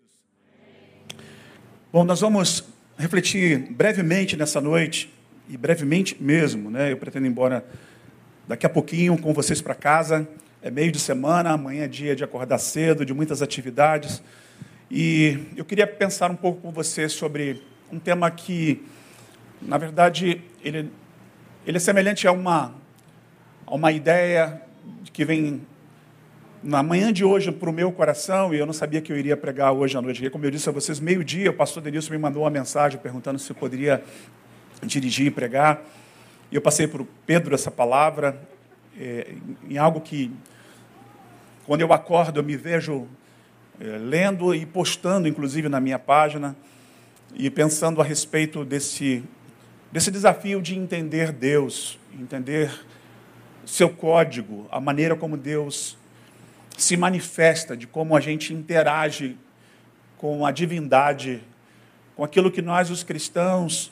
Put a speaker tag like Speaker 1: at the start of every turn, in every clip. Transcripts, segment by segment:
Speaker 1: Bom, nós vamos refletir brevemente nessa noite, e brevemente mesmo, né? Eu pretendo ir embora daqui a pouquinho com vocês para casa. É meio de semana, amanhã é dia de acordar cedo, de muitas atividades. E eu queria pensar um pouco com você sobre um tema que, na verdade, ele é semelhante a uma ideia que vem na manhã de hoje para o meu coração, e eu não sabia que eu iria pregar hoje à noite. Como eu disse a vocês, meio-dia, o pastor Denilson me mandou uma mensagem perguntando se eu poderia dirigir e pregar. E eu passei para o Pedro essa palavra, em algo que, quando eu acordo, eu me vejo lendo e postando, inclusive, na minha página, e pensando a respeito desse desafio de entender Deus, entender seu código, a maneira como Deus se manifesta, de como a gente interage com a divindade, com aquilo que nós, os cristãos,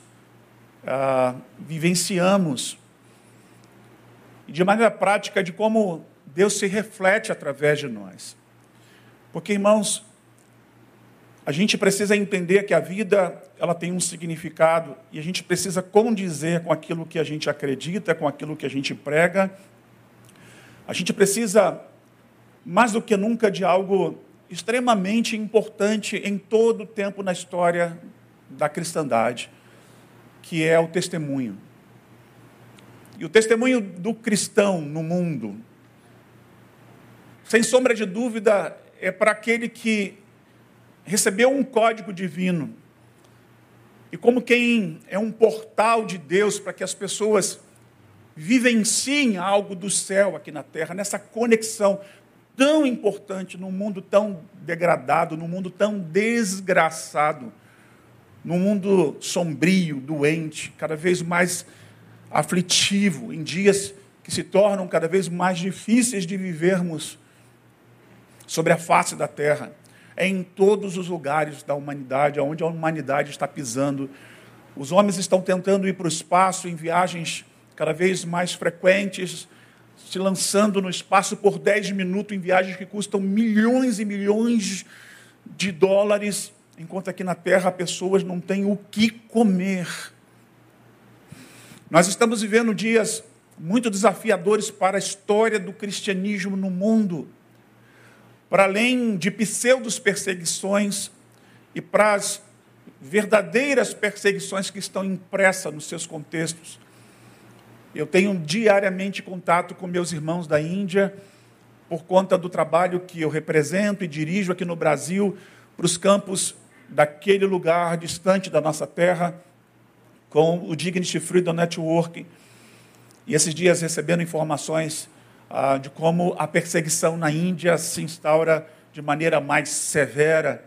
Speaker 1: vivenciamos, e de maneira prática de como Deus se reflete através de nós. Porque, irmãos, a gente precisa entender que a vida ela tem um significado e a gente precisa condizer com aquilo que a gente acredita, com aquilo que a gente prega. A gente precisa, mais do que nunca, de algo extremamente importante em todo o tempo na história da cristandade, que é o testemunho. E o testemunho do cristão no mundo, sem sombra de dúvida, é para aquele que recebeu um código divino. E como quem é um portal de Deus para que as pessoas vivenciem algo do céu aqui na terra, nessa conexão tão importante num mundo tão degradado, num mundo tão desgraçado, num mundo sombrio, doente, cada vez mais aflitivo, em dias que se tornam cada vez mais difíceis de vivermos sobre a face da terra. É em todos os lugares da humanidade, onde a humanidade está pisando. Os homens estão tentando ir para o espaço em viagens cada vez mais frequentes, se lançando no espaço por 10 minutos em viagens que custam milhões e milhões de dólares, enquanto aqui na Terra pessoas não têm o que comer. Nós estamos vivendo dias muito desafiadores para a história do cristianismo no mundo, para além de pseudo-perseguições e para as verdadeiras perseguições que estão impressas nos seus contextos. Eu tenho diariamente contato com meus irmãos da Índia, por conta do trabalho que eu represento e dirijo aqui no Brasil, para os campos daquele lugar distante da nossa terra, com o Dignity Freedom Network. E esses dias recebendo informações de como a perseguição na Índia se instaura de maneira mais severa,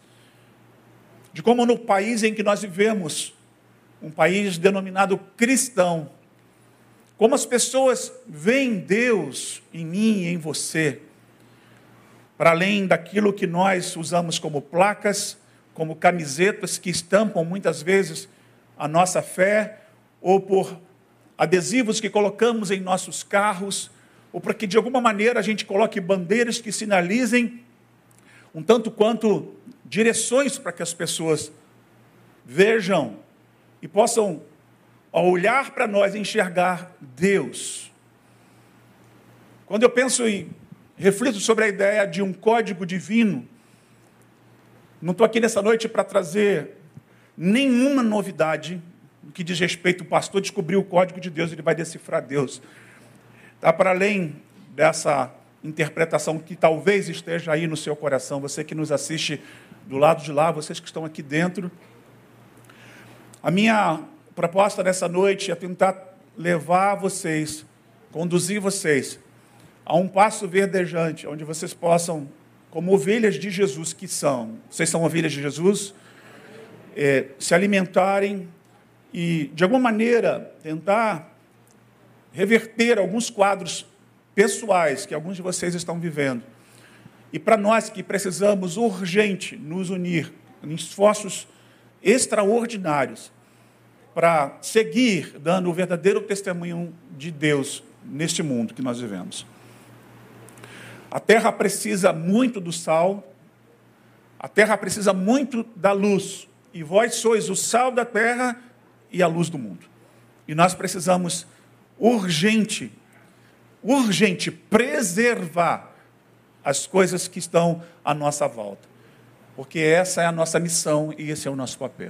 Speaker 1: de como no país em que nós vivemos, um país denominado cristão, como as pessoas veem Deus em mim e em você, para além daquilo que nós usamos como placas, como camisetas que estampam muitas vezes a nossa fé, ou por adesivos que colocamos em nossos carros, ou para que de alguma maneira a gente coloque bandeiras que sinalizem um tanto quanto direções para que as pessoas vejam e possam, ao olhar para nós, enxergar Deus. Quando eu penso e reflito sobre a ideia de um código divino, não estou aqui nessa noite para trazer nenhuma novidade no que diz respeito. O pastor descobriu o código de Deus, ele vai decifrar Deus. Está para além dessa interpretação que talvez esteja aí no seu coração, você que nos assiste do lado de lá, vocês que estão aqui dentro. A minha proposta nessa noite é tentar levar vocês, conduzir vocês a um passo verdejante, onde vocês possam, como ovelhas de Jesus que são, vocês são ovelhas de Jesus, se alimentarem e, de alguma maneira, tentar reverter alguns quadros pessoais que alguns de vocês estão vivendo. E para nós que precisamos urgente nos unir em esforços extraordinários para seguir dando o verdadeiro testemunho de Deus neste mundo que nós vivemos. A terra precisa muito do sal, A terra precisa muito da luz, e vós sois o sal da terra e a luz do mundo. E nós precisamos urgente preservar as coisas que estão à nossa volta, porque essa é a nossa missão e esse é o nosso papel.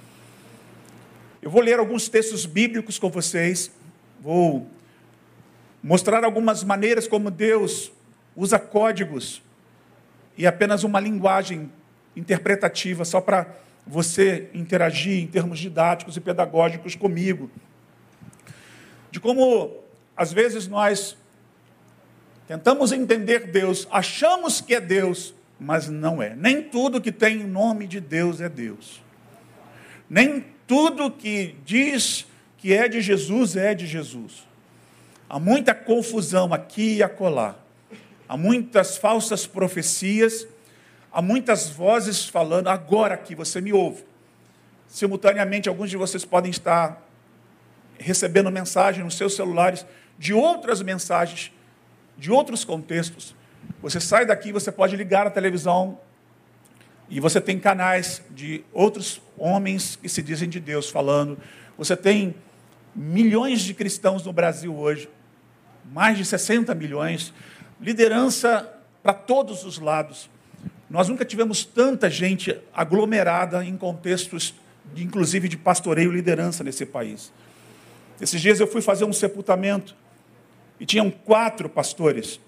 Speaker 1: Eu vou ler alguns textos bíblicos com vocês, vou mostrar algumas maneiras como Deus usa códigos e apenas uma linguagem interpretativa, só para você interagir em termos didáticos e pedagógicos comigo. De como, às vezes, nós tentamos entender Deus, achamos que é Deus, mas não é. Nem tudo que tem o nome de Deus é Deus. Nem tudo que diz que é de Jesus é de Jesus. Há muita confusão aqui e acolá. Há muitas falsas profecias, há muitas vozes falando. Agora aqui você me ouve. Simultaneamente, alguns de vocês podem estar recebendo mensagem nos seus celulares de outras mensagens, de outros contextos. Você sai daqui, você pode ligar a televisão e você tem canais de outros homens que se dizem de Deus falando. Você tem milhões de cristãos no Brasil hoje, mais de 60 milhões, liderança para todos os lados. Nós nunca tivemos tanta gente aglomerada em contextos, inclusive de pastoreio e liderança nesse país. Esses dias eu fui fazer um sepultamento e tinham 4 pastores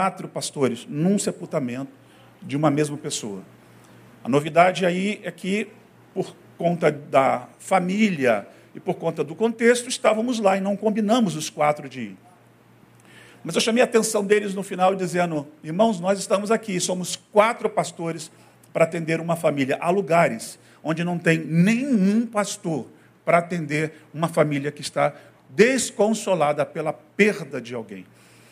Speaker 1: num sepultamento de uma mesma pessoa. A novidade aí é que, por conta da família e por conta do contexto, estávamos lá e não combinamos os 4 de ir. Mas eu chamei a atenção deles no final dizendo: irmãos, nós estamos aqui, somos 4 pastores para atender uma família. Há lugares onde não tem nenhum pastor para atender uma família que está desconsolada pela perda de alguém.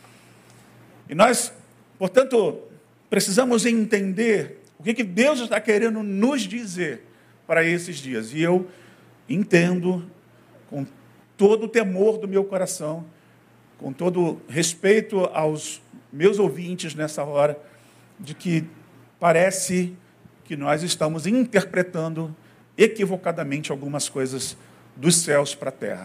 Speaker 1: E nós, portanto, precisamos entender o que Deus está querendo nos dizer para esses dias. E eu entendo, com todo o temor do meu coração, com todo respeito aos meus ouvintes nessa hora, de que parece que nós estamos interpretando equivocadamente algumas coisas dos céus para a terra.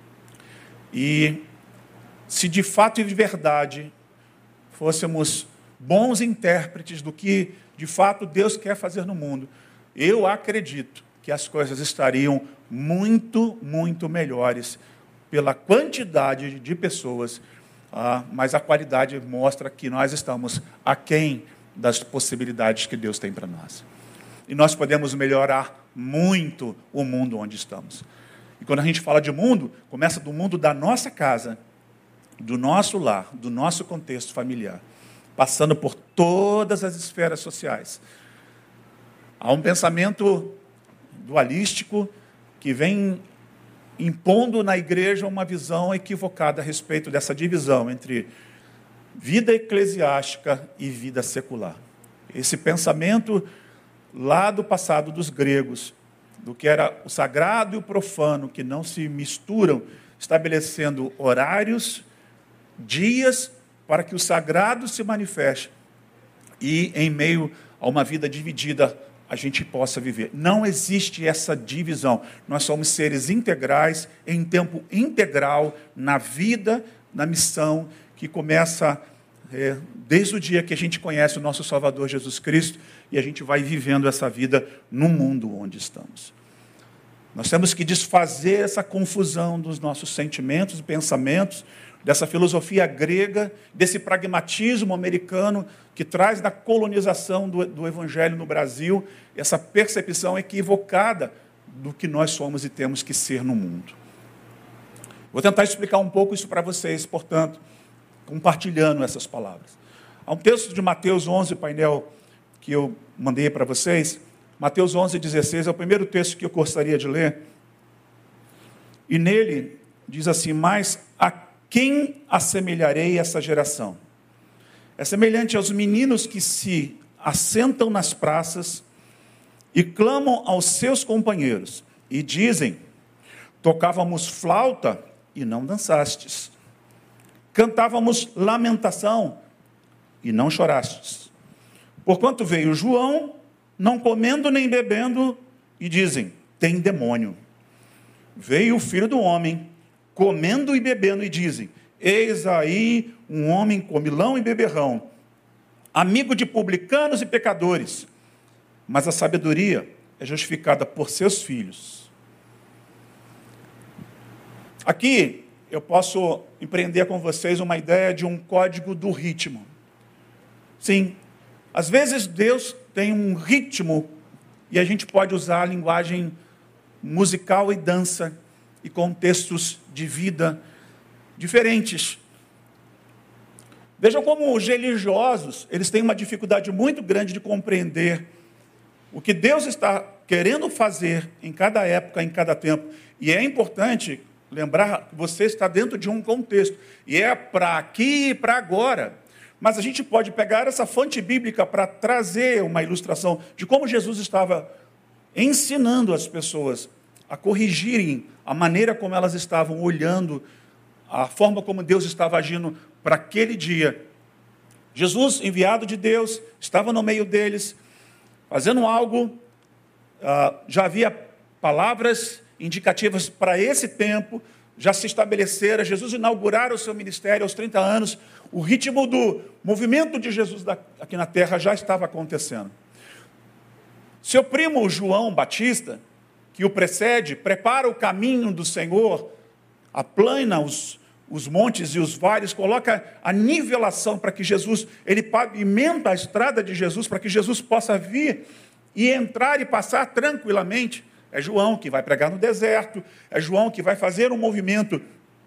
Speaker 1: E se de fato e de verdade fôssemos bons intérpretes do que de fato Deus quer fazer no mundo, eu acredito que as coisas estariam muito, muito melhores pela quantidade de pessoas, mas a qualidade mostra que nós estamos aquém das possibilidades que Deus tem para nós. E nós podemos melhorar muito o mundo onde estamos. E quando a gente fala de mundo, começa do mundo da nossa casa, do nosso lar, do nosso contexto familiar, passando por todas as esferas sociais. Há um pensamento dualístico que vem impondo na igreja uma visão equivocada a respeito dessa divisão entre vida eclesiástica e vida secular. Esse pensamento lá do passado dos gregos, do que era o sagrado e o profano, que não se misturam, estabelecendo horários, dias, para que o sagrado se manifeste e, em meio a uma vida dividida, a gente possa viver. Não existe essa divisão. Nós somos seres integrais, em tempo integral, na vida, na missão, que começa desde o dia que a gente conhece o nosso Salvador Jesus Cristo, e a gente vai vivendo essa vida no mundo onde estamos. Nós temos que desfazer essa confusão dos nossos sentimentos e pensamentos, dessa filosofia grega, desse pragmatismo americano que traz da colonização do Evangelho no Brasil, essa percepção equivocada do que nós somos e temos que ser no mundo. Vou tentar explicar um pouco isso para vocês, portanto, compartilhando essas palavras. Há um texto de Mateus 11, painel, que eu mandei para vocês. Mateus 11:16 é o primeiro texto que eu gostaria de ler. E nele diz assim: mas a quem assemelharei essa geração? É semelhante aos meninos que se assentam nas praças e clamam aos seus companheiros e dizem: tocávamos flauta e não dançastes, cantávamos lamentação e não chorastes. Porquanto veio João não comendo nem bebendo, e dizem: tem demônio. Veio o Filho do Homem, comendo e bebendo, e dizem: eis aí um homem comilão e beberrão, amigo de publicanos e pecadores. Mas a sabedoria é justificada por seus filhos. Aqui eu posso empreender com vocês uma ideia de um código do ritmo. Sim, às vezes Deus tem um ritmo e a gente pode usar a linguagem musical e dança e contextos de vida diferentes. Vejam como os religiosos, eles têm uma dificuldade muito grande de compreender o que Deus está querendo fazer em cada época, em cada tempo. E é importante lembrar que você está dentro de um contexto. E é para aqui e para agora. Mas a gente pode pegar essa fonte bíblica para trazer uma ilustração de como Jesus estava ensinando as pessoas a corrigirem a maneira como elas estavam olhando, a forma como Deus estava agindo para aquele dia. Jesus, enviado de Deus, estava no meio deles, fazendo algo. Já havia palavras indicativas para esse tempo, já se estabeleceram. Jesus inaugurara o seu ministério aos 30 anos. O ritmo do movimento de Jesus aqui na terra já estava acontecendo. Seu primo João Batista, que o precede, prepara o caminho do Senhor, aplana os montes e os vales, coloca a nivelação para que Jesus, ele pavimenta a estrada de Jesus, para que Jesus possa vir e entrar e passar tranquilamente. É João que vai pregar no deserto, é João que vai fazer um movimento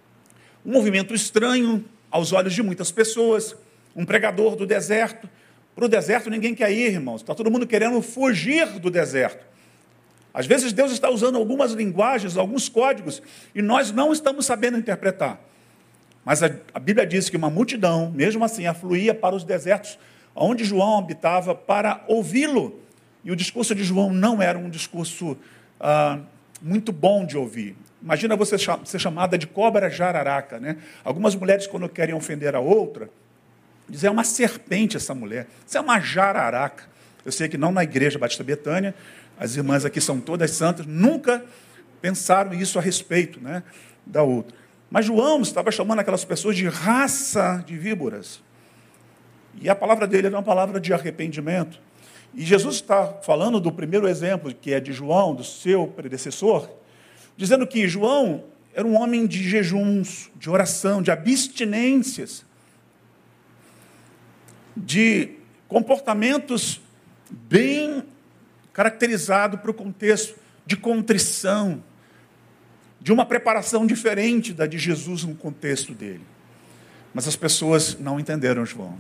Speaker 1: estranho aos olhos de muitas pessoas, um pregador do deserto. Para o deserto ninguém quer ir, irmãos, está todo mundo querendo fugir do deserto. Às vezes Deus está usando algumas linguagens, alguns códigos, e nós não estamos sabendo interpretar. Mas a Bíblia diz que uma multidão, mesmo assim, afluía para os desertos, onde João habitava, para ouvi-lo. E o discurso de João não era um discurso muito bom de ouvir. Imagina você ser chamada de cobra jararaca, né? Algumas mulheres, quando querem ofender a outra, dizem: é uma serpente essa mulher, isso é uma jararaca. Eu sei que não na igreja Batista Betânia, as irmãs aqui são todas santas, nunca pensaram isso a respeito, né, da outra. Mas João estava chamando aquelas pessoas de raça de víboras. E a palavra dele era uma palavra de arrependimento. E Jesus está falando do primeiro exemplo, que é de João, do seu predecessor, dizendo que João era um homem de jejuns, de oração, de abstinências, de comportamentos bem caracterizados para o contexto de contrição, de uma preparação diferente da de Jesus no contexto dele. Mas as pessoas não entenderam João.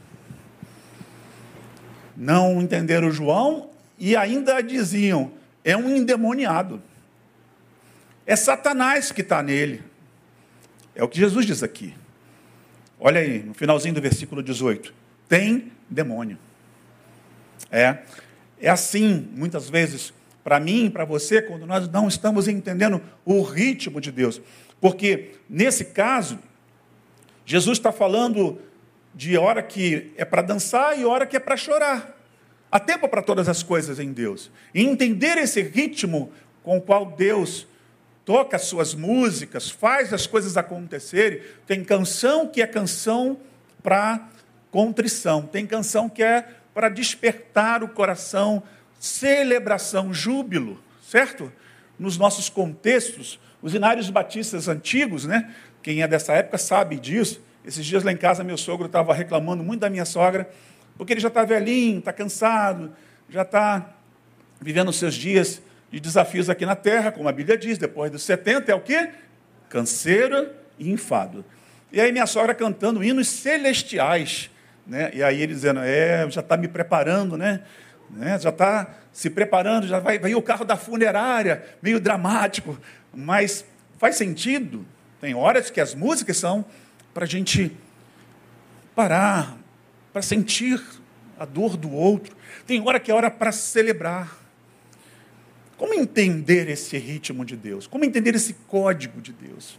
Speaker 1: Não entenderam João e ainda diziam: é um endemoniado. É Satanás que está nele. É o que Jesus diz aqui. Olha aí, no finalzinho do versículo 18. Tem demônio. É assim, muitas vezes, para mim e para você, quando nós não estamos entendendo o ritmo de Deus. Porque, nesse caso, Jesus está falando de hora que é para dançar e hora que é para chorar. Há tempo para todas as coisas em Deus. E entender esse ritmo com o qual Deus toca as suas músicas, faz as coisas acontecerem. Tem canção que é canção para contrição. Tem canção que é para despertar o coração, celebração, júbilo, certo? Nos nossos contextos, os hinários batistas antigos, né? Quem é dessa época sabe disso. Esses dias lá em casa, meu sogro estava reclamando muito da minha sogra, porque ele já está velhinho, está cansado, já está vivendo os seus dias de desafios aqui na terra, como a Bíblia diz, depois dos 70 é o quê? Canseira e enfado. E aí minha sogra cantando hinos celestiais, né? E aí ele dizendo: já está me preparando, né? Já está se preparando, já vai o carro da funerária, meio dramático, mas faz sentido. Tem horas que as músicas são para a gente parar, para sentir a dor do outro. Tem hora que é hora para celebrar. Como entender esse ritmo de Deus? Como entender esse código de Deus?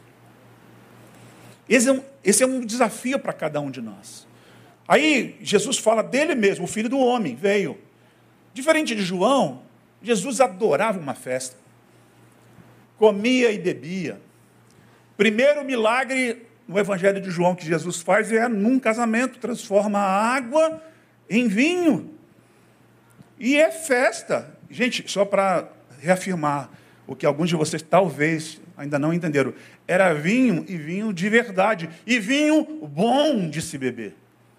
Speaker 1: Esse é um desafio para cada um de nós. Aí Jesus fala dele mesmo: o Filho do Homem veio. Diferente de João, Jesus adorava uma festa. Comia e bebia. Primeiro milagre no Evangelho de João que Jesus faz é num casamento, transforma a água em vinho. E é festa. Gente, só para reafirmar o que alguns de vocês talvez ainda não entenderam. Era vinho e vinho de verdade. E vinho bom de se beber.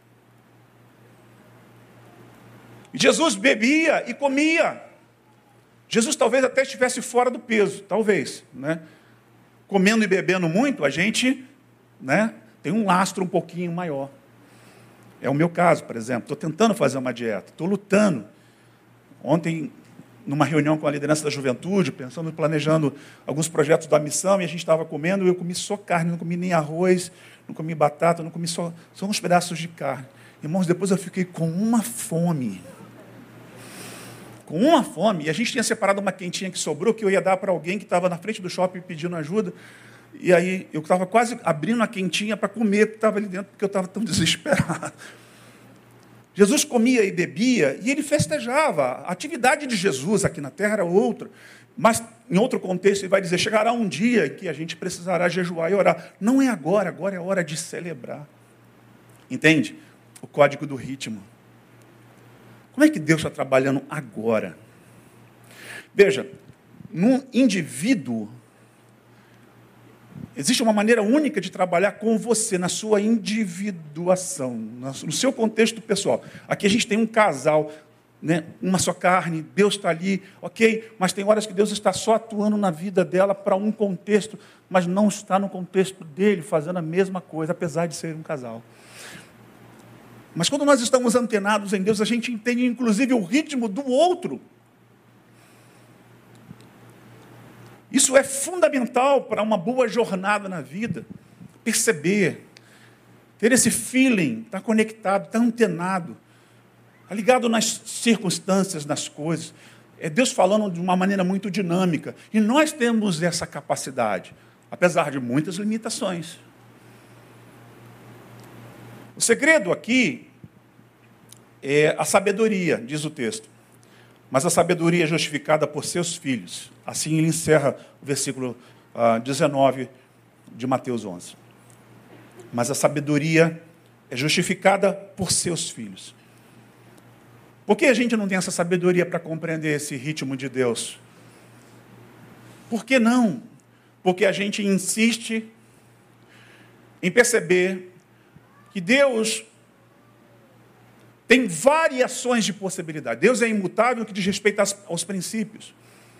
Speaker 1: Jesus bebia e comia. Jesus talvez até estivesse fora do peso, talvez, né? Comendo e bebendo muito, a gente, né, tem um lastro um pouquinho maior. É o meu caso, por exemplo. Estou tentando fazer uma dieta, estou lutando. Ontem, numa reunião com a liderança da juventude, pensando, planejando alguns projetos da missão, e a gente estava comendo, e eu comi só carne, não comi nem arroz, não comi batata, não comi só uns pedaços de carne. Irmãos, depois eu fiquei com uma fome. Com uma fome. E a gente tinha separado uma quentinha que sobrou, que eu ia dar para alguém que estava na frente do shopping pedindo ajuda. E aí eu estava quase abrindo a quentinha para comer, porque estava ali dentro, porque eu estava tão desesperado. Jesus comia e bebia e ele festejava. A atividade de Jesus aqui na terra era outra. Mas, em outro contexto, ele vai dizer, chegará um dia que a gente precisará jejuar e orar. Não é agora, agora é hora de celebrar. Entende? O código do ritmo. Como é que Deus está trabalhando agora? Veja, num indivíduo, existe uma maneira única de trabalhar com você, na sua individuação, no seu contexto pessoal. Aqui a gente tem um casal, né, uma só carne, Deus está ali, ok? Mas tem horas que Deus está só atuando na vida dela para um contexto, mas não está no contexto dele, fazendo a mesma coisa, apesar de ser um casal. Mas quando nós estamos antenados em Deus, a gente entende inclusive o ritmo do outro. Isso é fundamental para uma boa jornada na vida. Perceber, ter esse feeling, estar conectado, estar antenado, estar ligado nas circunstâncias, nas coisas. É Deus falando de uma maneira muito dinâmica. E nós temos essa capacidade, apesar de muitas limitações. O segredo aqui é a sabedoria, diz o texto. Mas a sabedoria é justificada por seus filhos. Assim ele encerra o versículo 19 de Mateus 11. Mas a sabedoria é justificada por seus filhos. Por que a gente não tem essa sabedoria para compreender esse ritmo de Deus? Por que não? Porque a gente insiste em perceber que Deus tem variações de possibilidade. Deus é imutável no que diz respeito aos princípios.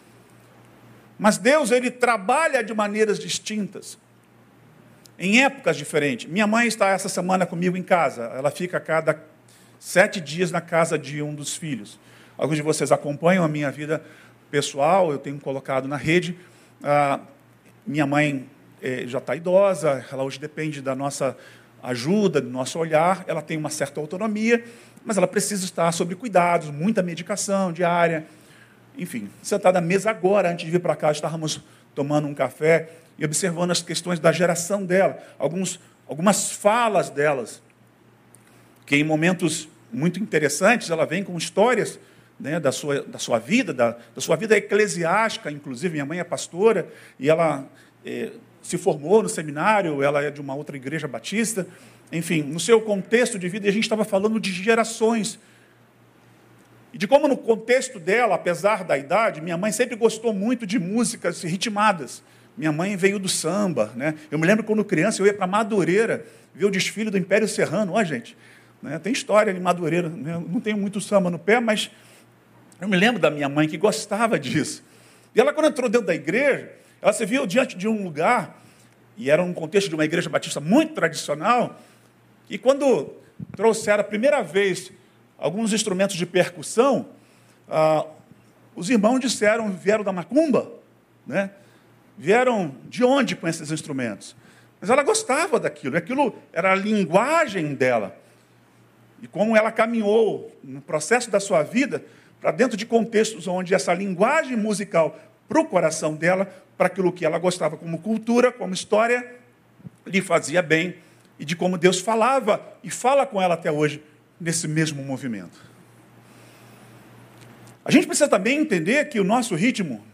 Speaker 1: Mas Deus, ele trabalha de maneiras distintas, em épocas diferentes. Minha mãe está essa semana comigo em casa. Ela fica a cada 7 dias na casa de um dos filhos. Alguns de vocês acompanham a minha vida pessoal, eu tenho colocado na rede. Minha mãe já está idosa, ela hoje depende da nossa ajuda, do nosso olhar, ela tem uma certa autonomia, mas ela precisa estar sob cuidados, muita medicação diária. Enfim, sentada à mesa agora, antes de vir para cá, estávamos tomando um café e observando as questões da geração dela, algumas falas delas, que em momentos muito interessantes, ela vem com histórias, né, da sua vida, da sua vida eclesiástica, inclusive minha mãe é pastora, e ela se formou no seminário, ela é de uma outra igreja batista, enfim, no seu contexto de vida, a gente estava falando de gerações, e de como no contexto dela, apesar da idade, minha mãe sempre gostou muito de músicas ritmadas. Minha mãe veio do samba, né? Eu me lembro quando criança eu ia para Madureira ver o desfile do Império Serrano. Ó, gente, né? Tem história em Madureira, né? Não tenho muito samba no pé, mas eu me lembro da minha mãe que gostava disso. E ela, quando entrou dentro da igreja, ela se viu diante de um lugar, e era um contexto de uma igreja batista muito tradicional, e quando trouxeram a primeira vez alguns instrumentos de percussão, os irmãos vieram da macumba, né? Vieram de onde com esses instrumentos? Mas ela gostava daquilo, aquilo era a linguagem dela. E como ela caminhou no processo da sua vida, para dentro de contextos onde essa linguagem musical, para o coração dela, para aquilo que ela gostava como cultura, como história, lhe fazia bem, e de como Deus falava, e fala com ela até hoje, nesse mesmo movimento. A gente precisa também entender que o nosso ritmo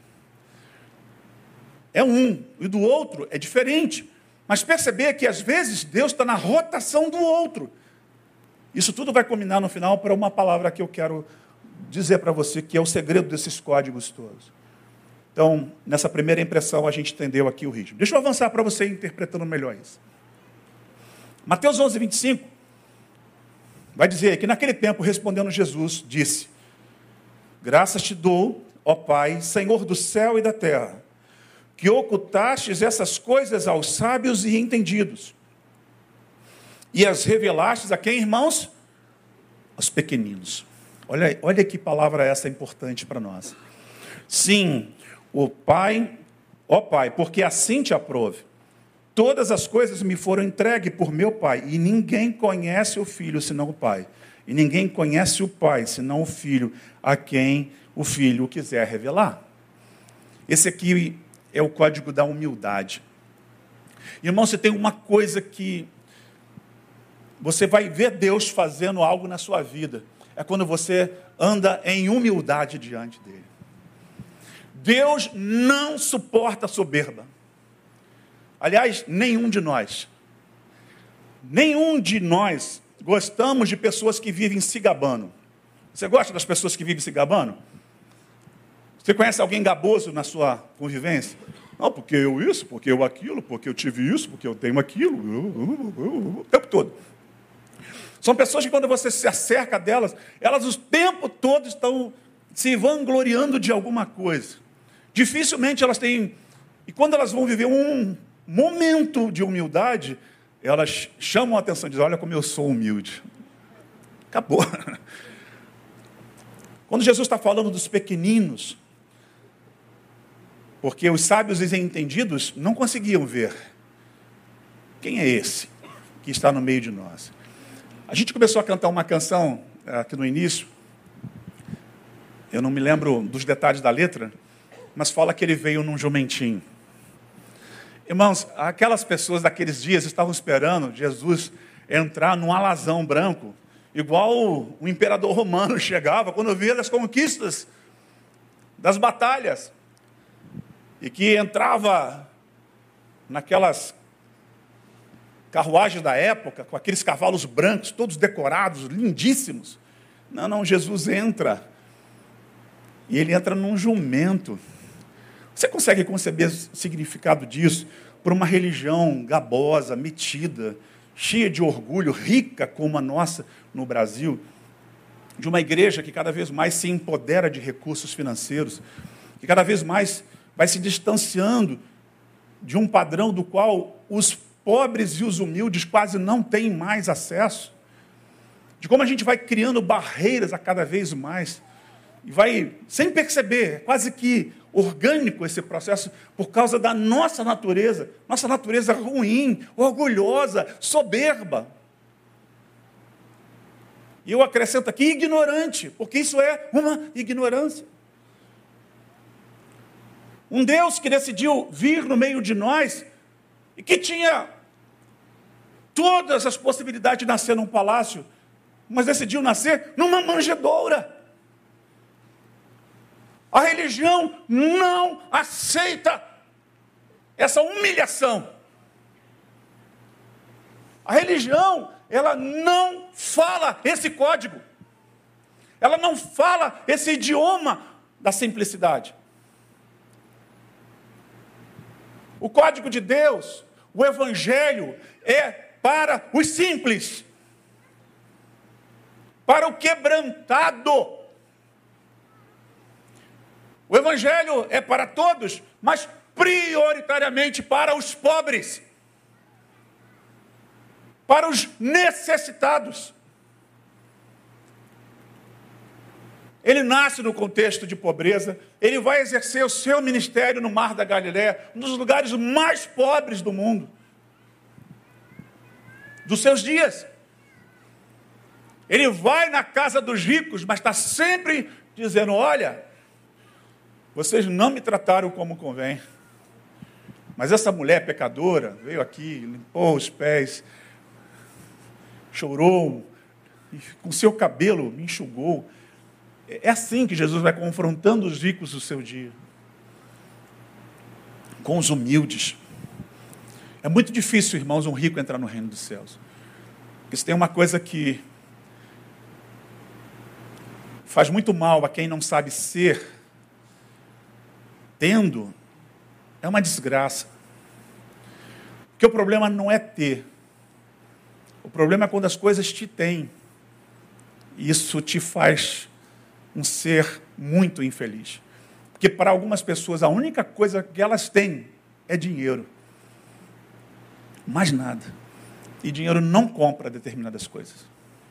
Speaker 1: é um, e do outro é diferente. Mas perceber que, às vezes, Deus está na rotação do outro. Isso tudo vai combinar no final para uma palavra que eu quero dizer para você, que é o segredo desses códigos todos. Então, nessa primeira impressão, a gente entendeu aqui o ritmo. Deixa eu avançar para você interpretando melhor isso. Mateus 11, 25, vai dizer que naquele tempo, respondendo Jesus, disse: graças te dou, ó Pai, Senhor do céu e da terra, que ocultastes essas coisas aos sábios e entendidos, e as revelastes a quem, irmãos? Aos pequeninos. Olha que palavra essa importante para nós. Sim, o Pai, ó Pai, porque assim te aprove. Todas as coisas me foram entregues por meu Pai, e ninguém conhece o Filho senão o Pai. E ninguém conhece o Pai senão o Filho, a quem o Filho quiser revelar. Esse aqui é o código da humildade. Irmão, você tem uma coisa que você vai ver Deus fazendo algo na sua vida. É quando você anda em humildade diante dele. Deus não suporta soberba. Aliás, nenhum de nós. Nenhum de nós gostamos de pessoas que vivem se gabando. Você gosta das pessoas que vivem se gabando? Você conhece alguém gaboso na sua convivência? Não, porque eu isso, porque eu aquilo, porque eu tive isso, porque eu tenho aquilo. O tempo todo. São pessoas que, quando você se acerca delas, elas o tempo todo estão se vangloriando de alguma coisa. Dificilmente elas têm... E quando elas vão viver um momento de humildade, elas chamam a atenção e dizem: olha como eu sou humilde. Acabou. Quando Jesus está falando dos pequeninos, porque os sábios e entendidos não conseguiam ver quem é esse que está no meio de nós. A gente começou a cantar uma canção aqui no início, eu não me lembro dos detalhes da letra, mas fala que ele veio num jumentinho. Irmãos, aquelas pessoas daqueles dias estavam esperando Jesus entrar num alazão branco, igual o imperador romano chegava quando via as conquistas das batalhas, e que entrava naquelas carruagens da época, com aqueles cavalos brancos, todos decorados, lindíssimos. Não, Jesus entra, e ele entra num jumento. Você consegue conceber o significado disso por uma religião gabosa, metida, cheia de orgulho, rica como a nossa no Brasil, de uma igreja que cada vez mais se empodera de recursos financeiros, que cada vez mais vai se distanciando de um padrão do qual os pobres e os humildes quase não têm mais acesso, de como a gente vai criando barreiras a cada vez mais, e vai, sem perceber, quase que orgânico esse processo, por causa da nossa natureza ruim, orgulhosa, soberba. E eu acrescento aqui ignorante, porque isso é uma ignorância. Um Deus que decidiu vir no meio de nós e que tinha todas as possibilidades de nascer num palácio, mas decidiu nascer numa manjedoura. A religião não aceita essa humilhação. A religião, ela não fala esse código. Ela não fala esse idioma da simplicidade. O código de Deus, o evangelho, é para os simples, para o quebrantado. O evangelho é para todos, mas prioritariamente para os pobres, para os necessitados. Ele nasce no contexto de pobreza, ele vai exercer o seu ministério no Mar da Galileia, um dos lugares mais pobres do mundo, dos seus dias. Ele vai na casa dos ricos, mas está sempre dizendo: olha, vocês não me trataram como convém, mas essa mulher pecadora veio aqui, limpou os pés, chorou, e com seu cabelo me enxugou. É assim que Jesus vai confrontando os ricos do seu dia, com os humildes. É muito difícil, irmãos, um rico entrar no reino dos céus. Porque se tem uma coisa que faz muito mal a quem não sabe ser, tendo, é uma desgraça. Porque o problema não é ter. O problema é quando as coisas te têm. E isso te faz um ser muito infeliz. Porque para algumas pessoas a única coisa que elas têm é dinheiro. Mais nada. E dinheiro não compra determinadas coisas.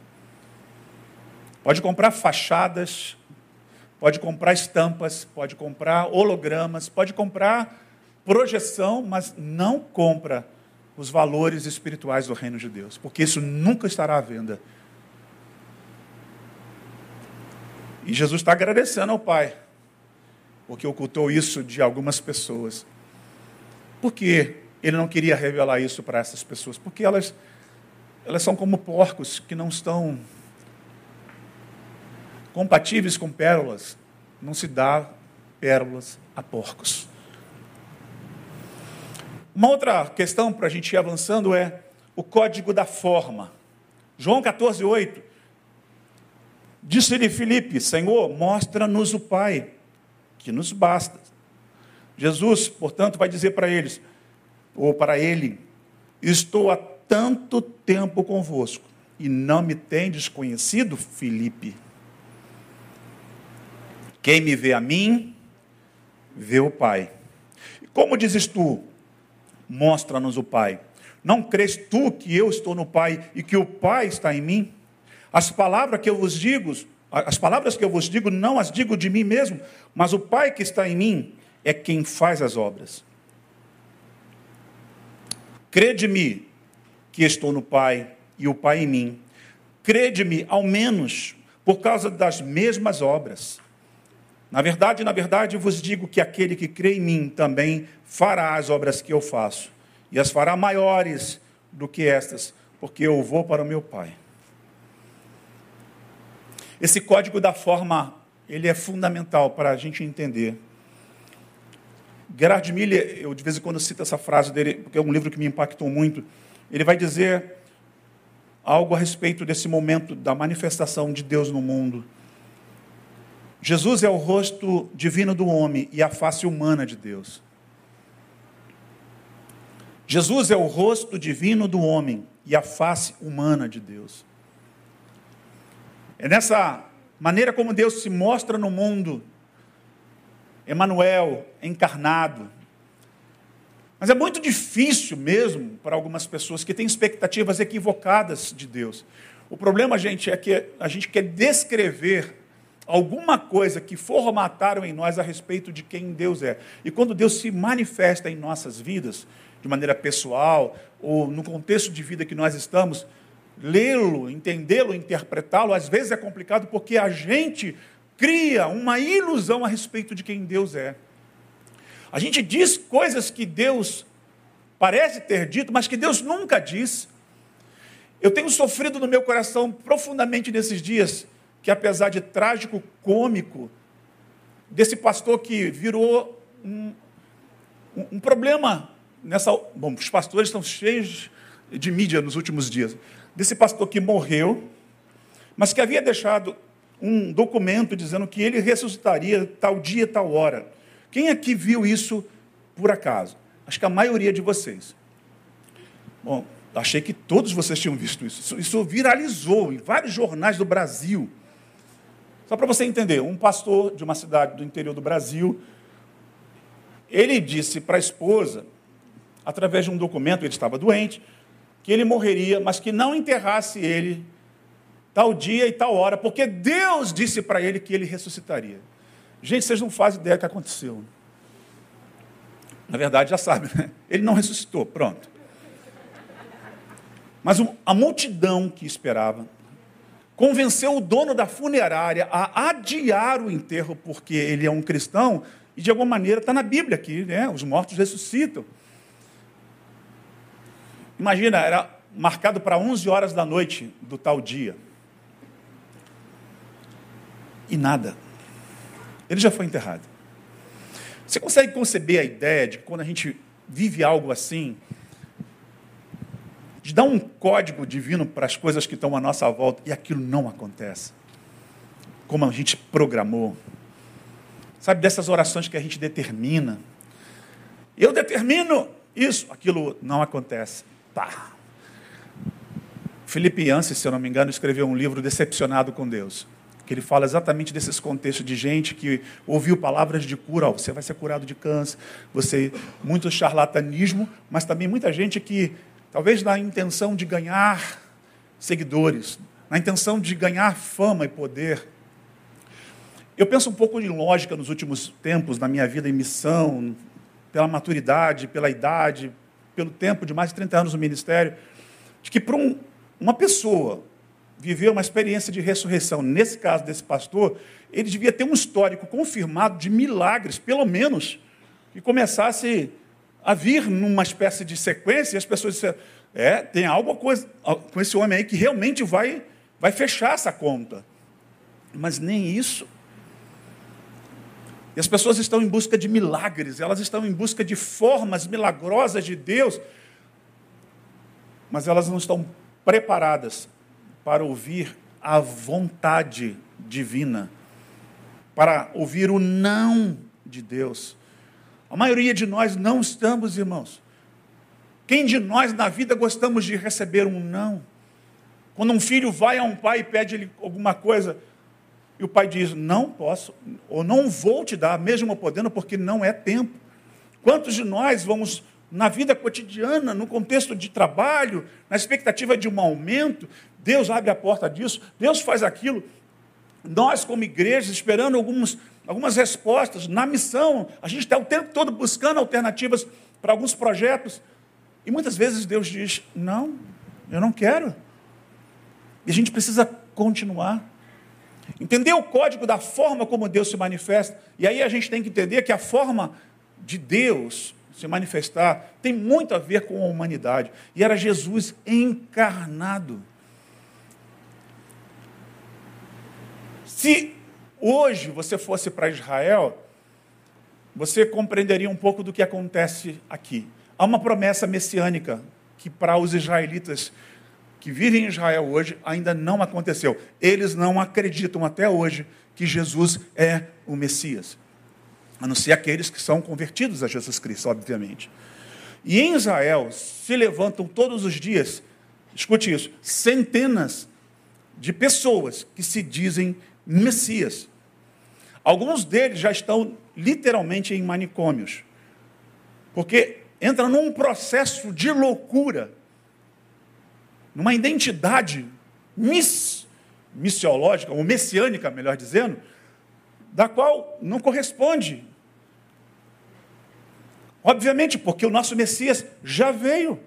Speaker 1: Pode comprar fachadas, pode comprar estampas, pode comprar hologramas, pode comprar projeção, mas não compra os valores espirituais do reino de Deus, porque isso nunca estará à venda. E Jesus está agradecendo ao Pai, porque ocultou isso de algumas pessoas. Por que ele não queria revelar isso para essas pessoas? Porque elas são como porcos que não estão compatíveis com pérolas. Não se dá pérolas a porcos. Uma outra questão para a gente ir avançando é o código da forma. João 14:8. Disse-lhe Filipe: Senhor, mostra-nos o Pai, que nos basta. Jesus, portanto, vai dizer para eles, ou para ele: estou há tanto tempo convosco, e não me tendes conhecido, Filipe? Quem me vê a mim, vê o Pai. Como dizes tu, mostra-nos o Pai? Não crês tu que eu estou no Pai e que o Pai está em mim? As palavras que eu vos digo, não as digo de mim mesmo, mas o Pai que está em mim é quem faz as obras. Crede-me que estou no Pai e o Pai em mim. Crede-me, ao menos, por causa das mesmas obras. Na verdade, vos digo que aquele que crê em mim também fará as obras que eu faço, e as fará maiores do que estas, porque eu vou para o meu Pai. Esse código da forma, ele é fundamental para a gente entender. Gerhard Miller, eu de vez em quando cito essa frase dele, porque é um livro que me impactou muito. Ele vai dizer algo a respeito desse momento da manifestação de Deus no mundo. Jesus é o rosto divino do homem e a face humana de Deus. Jesus é o rosto divino do homem e a face humana de Deus. É nessa maneira como Deus se mostra no mundo, Emanuel, encarnado. Mas é muito difícil mesmo para algumas pessoas que têm expectativas equivocadas de Deus. O problema, gente, é que a gente quer descrever alguma coisa que formataram em nós a respeito de quem Deus é. E quando Deus se manifesta em nossas vidas, de maneira pessoal, ou no contexto de vida que nós estamos, lê-lo, entendê-lo, interpretá-lo, às vezes é complicado porque a gente cria uma ilusão a respeito de quem Deus é. A gente diz coisas que Deus parece ter dito, mas que Deus nunca disse. Eu tenho sofrido no meu coração profundamente nesses dias, que apesar de trágico, cômico, desse pastor que virou um problema nessa... Bom, os pastores estão cheios de mídia nos últimos dias. Desse pastor que morreu, mas que havia deixado um documento dizendo que ele ressuscitaria tal dia, tal hora. Quem aqui viu isso por acaso? Acho que a maioria de vocês. Bom, achei que todos vocês tinham visto isso. Isso viralizou em vários jornais do Brasil. Só para você entender, um pastor de uma cidade do interior do Brasil, ele disse para a esposa, através de um documento, ele estava doente, que ele morreria, mas que não enterrasse ele tal dia e tal hora, porque Deus disse para ele que ele ressuscitaria. Gente, vocês não fazem ideia do que aconteceu. Na verdade, já sabem, né? Ele não ressuscitou, pronto. Mas a multidão que esperava convenceu o dono da funerária a adiar o enterro, porque ele é um cristão, e de alguma maneira está na Bíblia aqui, né? Os mortos ressuscitam. Imagina, era marcado para 11 horas da noite do tal dia. e nada. Ele já foi enterrado. Você consegue conceber a ideia de que quando a gente vive algo assim, de dar um código divino para as coisas que estão à nossa volta e aquilo não acontece? Como a gente programou. Sabe, dessas orações que a gente determina. Eu determino isso, aquilo não acontece. Pá. Felipe Yancey, se eu não me engano, escreveu um livro Decepcionado com Deus, que ele fala exatamente desses contextos de gente que ouviu palavras de cura, você vai ser curado de câncer, muito charlatanismo, mas também muita gente que, talvez na intenção de ganhar seguidores, na intenção de ganhar fama e poder. Eu penso um pouco em lógica nos últimos tempos, na minha vida em missão, pela maturidade, pela idade, pelo tempo de mais de 30 anos no ministério, de que para uma pessoa viver uma experiência de ressurreição, nesse caso desse pastor, ele devia ter um histórico confirmado de milagres, pelo menos, que começasse a vir numa espécie de sequência, e as pessoas disseram, tem algo com esse homem aí que realmente vai fechar essa conta. Mas nem isso. E as pessoas estão em busca de milagres, elas estão em busca de formas milagrosas de Deus, mas elas não estão preparadas para ouvir a vontade divina, para ouvir o não de Deus. A maioria de nós não estamos, irmãos. Quem de nós na vida gostamos de receber um não? Quando um filho vai a um pai e pede-lhe alguma coisa, e o pai diz, não posso, ou não vou te dar, mesmo podendo, porque não é tempo. Quantos de nós vamos, na vida cotidiana, no contexto de trabalho, na expectativa de um aumento, Deus abre a porta disso, Deus faz aquilo. Nós, como igreja, esperando algumas respostas, na missão, a gente está o tempo todo buscando alternativas para alguns projetos, e muitas vezes Deus diz, não, eu não quero. E a gente precisa continuar. Entender o código da forma como Deus se manifesta. E aí a gente tem que entender que a forma de Deus se manifestar tem muito a ver com a humanidade. E era Jesus encarnado. Se hoje você fosse para Israel, você compreenderia um pouco do que acontece aqui. Há uma promessa messiânica que para os israelitas que vivem em Israel hoje, ainda não aconteceu. Eles não acreditam até hoje que Jesus é o Messias. A não ser aqueles que são convertidos a Jesus Cristo, obviamente. E em Israel se levantam todos os dias, escute isso, centenas de pessoas que se dizem Messias. Alguns deles já estão literalmente em manicômios, porque entram num processo de loucura, numa identidade missiológica, ou messiânica, melhor dizendo, da qual não corresponde. Obviamente, porque o nosso Messias já veio.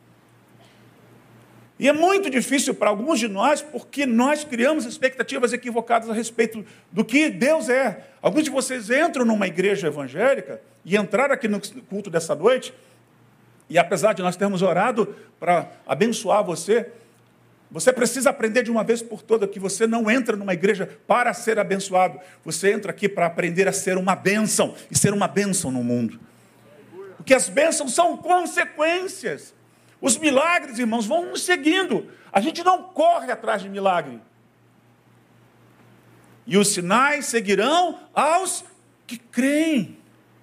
Speaker 1: E é muito difícil para alguns de nós, porque nós criamos expectativas equivocadas a respeito do que Deus é. Alguns de vocês entram numa igreja evangélica, e entraram aqui no culto dessa noite, e apesar de nós termos orado para abençoar você, você precisa aprender de uma vez por todas que você não entra numa igreja para ser abençoado. Você entra aqui para aprender a ser uma bênção, e ser uma bênção no mundo. Porque as bênçãos são consequências. Os milagres, irmãos, vão nos seguindo. A gente não corre atrás de milagre. E os sinais seguirão aos que creem.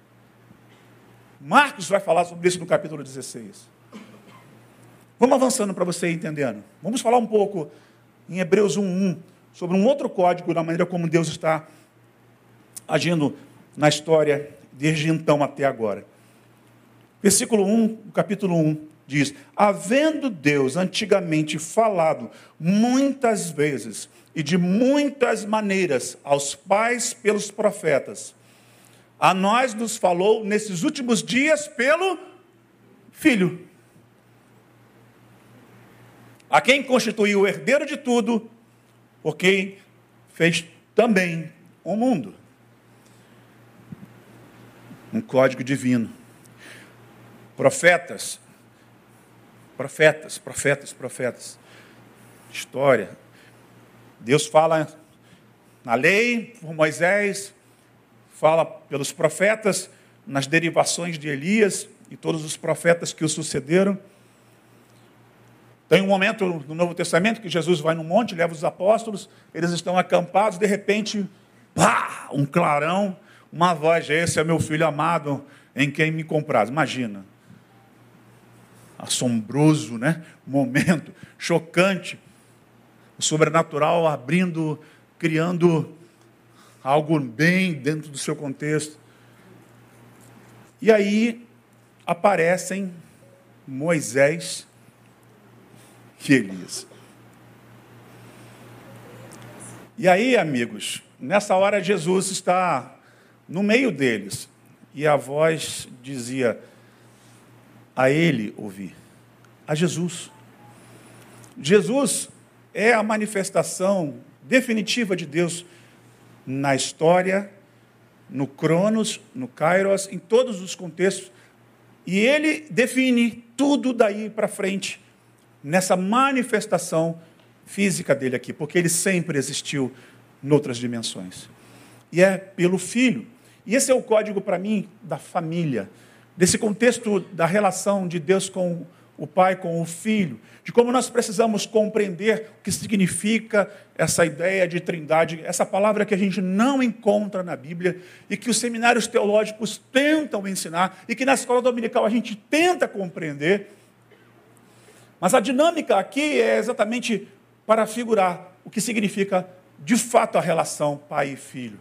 Speaker 1: Marcos vai falar sobre isso no capítulo 16. Vamos avançando para você ir entendendo. Vamos falar um pouco em Hebreus 1:1 sobre um outro código da maneira como Deus está agindo na história desde então até agora. Versículo 1, do capítulo 1, diz: havendo Deus antigamente falado muitas vezes e de muitas maneiras aos pais pelos profetas, a nós nos falou nesses últimos dias pelo Filho, a quem constituiu o herdeiro de tudo, por quem fez também o mundo. Um código divino. Profetas. História. Deus fala na lei, por Moisés, fala pelos profetas, nas derivações de Elias e todos os profetas que o sucederam. Tem um momento no Novo Testamento que Jesus vai no monte, leva os apóstolos, eles estão acampados, de repente, pá, um clarão, uma voz: esse é meu filho amado, em quem me compraz. Imagina. Assombroso, né? Momento chocante. O sobrenatural abrindo, criando algo bem dentro do seu contexto. E aí aparecem Moisés e Elias. E aí, amigos, nessa hora Jesus está no meio deles. E a voz dizia: a ele ouvi, a Jesus. Jesus é a manifestação definitiva de Deus na história, no Cronos, no Kairos, em todos os contextos. E ele define tudo daí para frente, nessa manifestação física dele aqui, porque ele sempre existiu em outras dimensões. E é pelo Filho. E esse é o código para mim da família, desse contexto da relação de Deus com o Pai, com o Filho, de como nós precisamos compreender o que significa essa ideia de trindade, essa palavra que a gente não encontra na Bíblia e que os seminários teológicos tentam ensinar e que na escola dominical a gente tenta compreender. Mas a dinâmica aqui é exatamente para figurar o que significa de fato a relação pai e filho.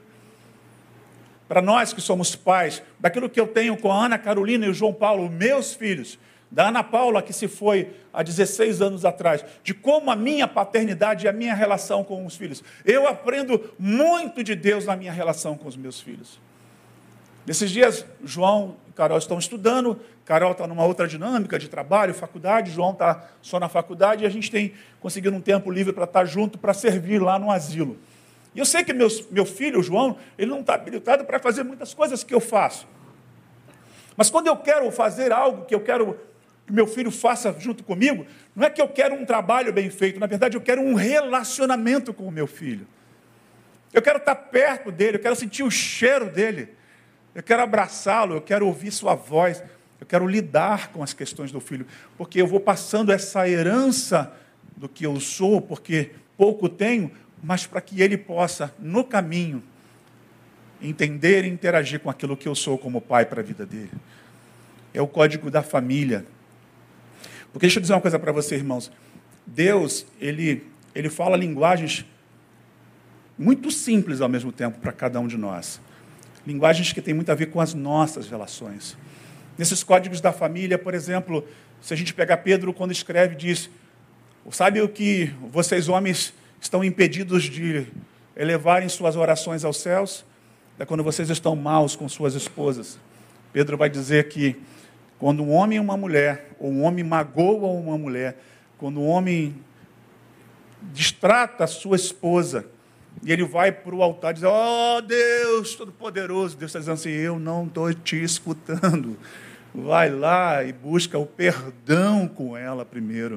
Speaker 1: Para nós que somos pais, daquilo que eu tenho com a Ana Carolina e o João Paulo, meus filhos, da Ana Paula, que se foi há 16 anos atrás, de como a minha paternidade e a minha relação com os filhos. Eu aprendo muito de Deus na minha relação com os meus filhos. Nesses dias, João e Carol estão estudando, Carol está numa outra dinâmica de trabalho, faculdade, João está só na faculdade, e a gente tem conseguido um tempo livre para estar junto, para servir lá no asilo. E eu sei que meu filho, o João, ele não está habilitado para fazer muitas coisas que eu faço. Mas quando eu quero fazer algo que eu quero que meu filho faça junto comigo, não é que eu quero um trabalho bem feito, na verdade eu quero um relacionamento com o meu filho. Eu quero estar perto dele, eu quero sentir o cheiro dele, eu quero abraçá-lo, eu quero ouvir sua voz, eu quero lidar com as questões do filho, porque eu vou passando essa herança do que eu sou, porque pouco tenho, mas para que ele possa, no caminho, entender e interagir com aquilo que eu sou como pai para a vida dele. É o código da família. Porque deixa eu dizer uma coisa para você, irmãos. Deus, ele fala linguagens muito simples ao mesmo tempo para cada um de nós. Linguagens que têm muito a ver com as nossas relações. Nesses códigos da família, por exemplo, se a gente pegar Pedro quando escreve, diz: sabe o que vocês homens estão impedidos de elevarem suas orações aos céus? É quando vocês estão maus com suas esposas. Pedro vai dizer que quando um homem e uma mulher, ou um homem magoa uma mulher, quando um homem distrata a sua esposa, e ele vai para o altar e diz: ó Deus Todo-Poderoso, Deus está dizendo assim: eu não estou te escutando. Vai lá e busca o perdão com ela primeiro.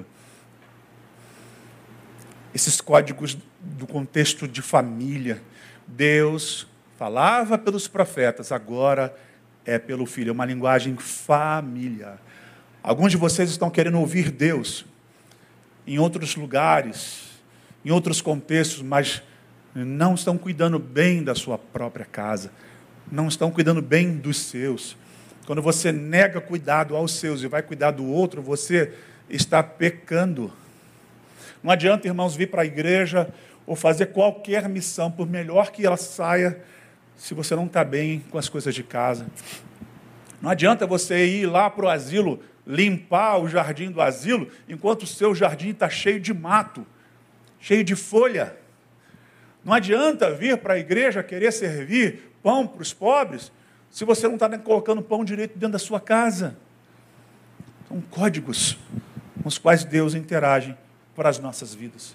Speaker 1: Esses códigos do contexto de família, Deus falava pelos profetas, agora é pelo Filho, é uma linguagem familiar. Alguns de vocês estão querendo ouvir Deus em outros lugares, em outros contextos, mas não estão cuidando bem da sua própria casa, não estão cuidando bem dos seus. Quando você nega cuidado aos seus e vai cuidar do outro, você está pecando. Não adianta, irmãos, vir para a igreja ou fazer qualquer missão, por melhor que ela saia, se você não está bem com as coisas de casa. Não adianta você ir lá para o asilo, limpar o jardim do asilo, enquanto o seu jardim está cheio de mato, cheio de folha. Não adianta vir para a igreja querer servir pão para os pobres, se você não está colocando pão direito dentro da sua casa. São códigos com os quais Deus interage para as nossas vidas.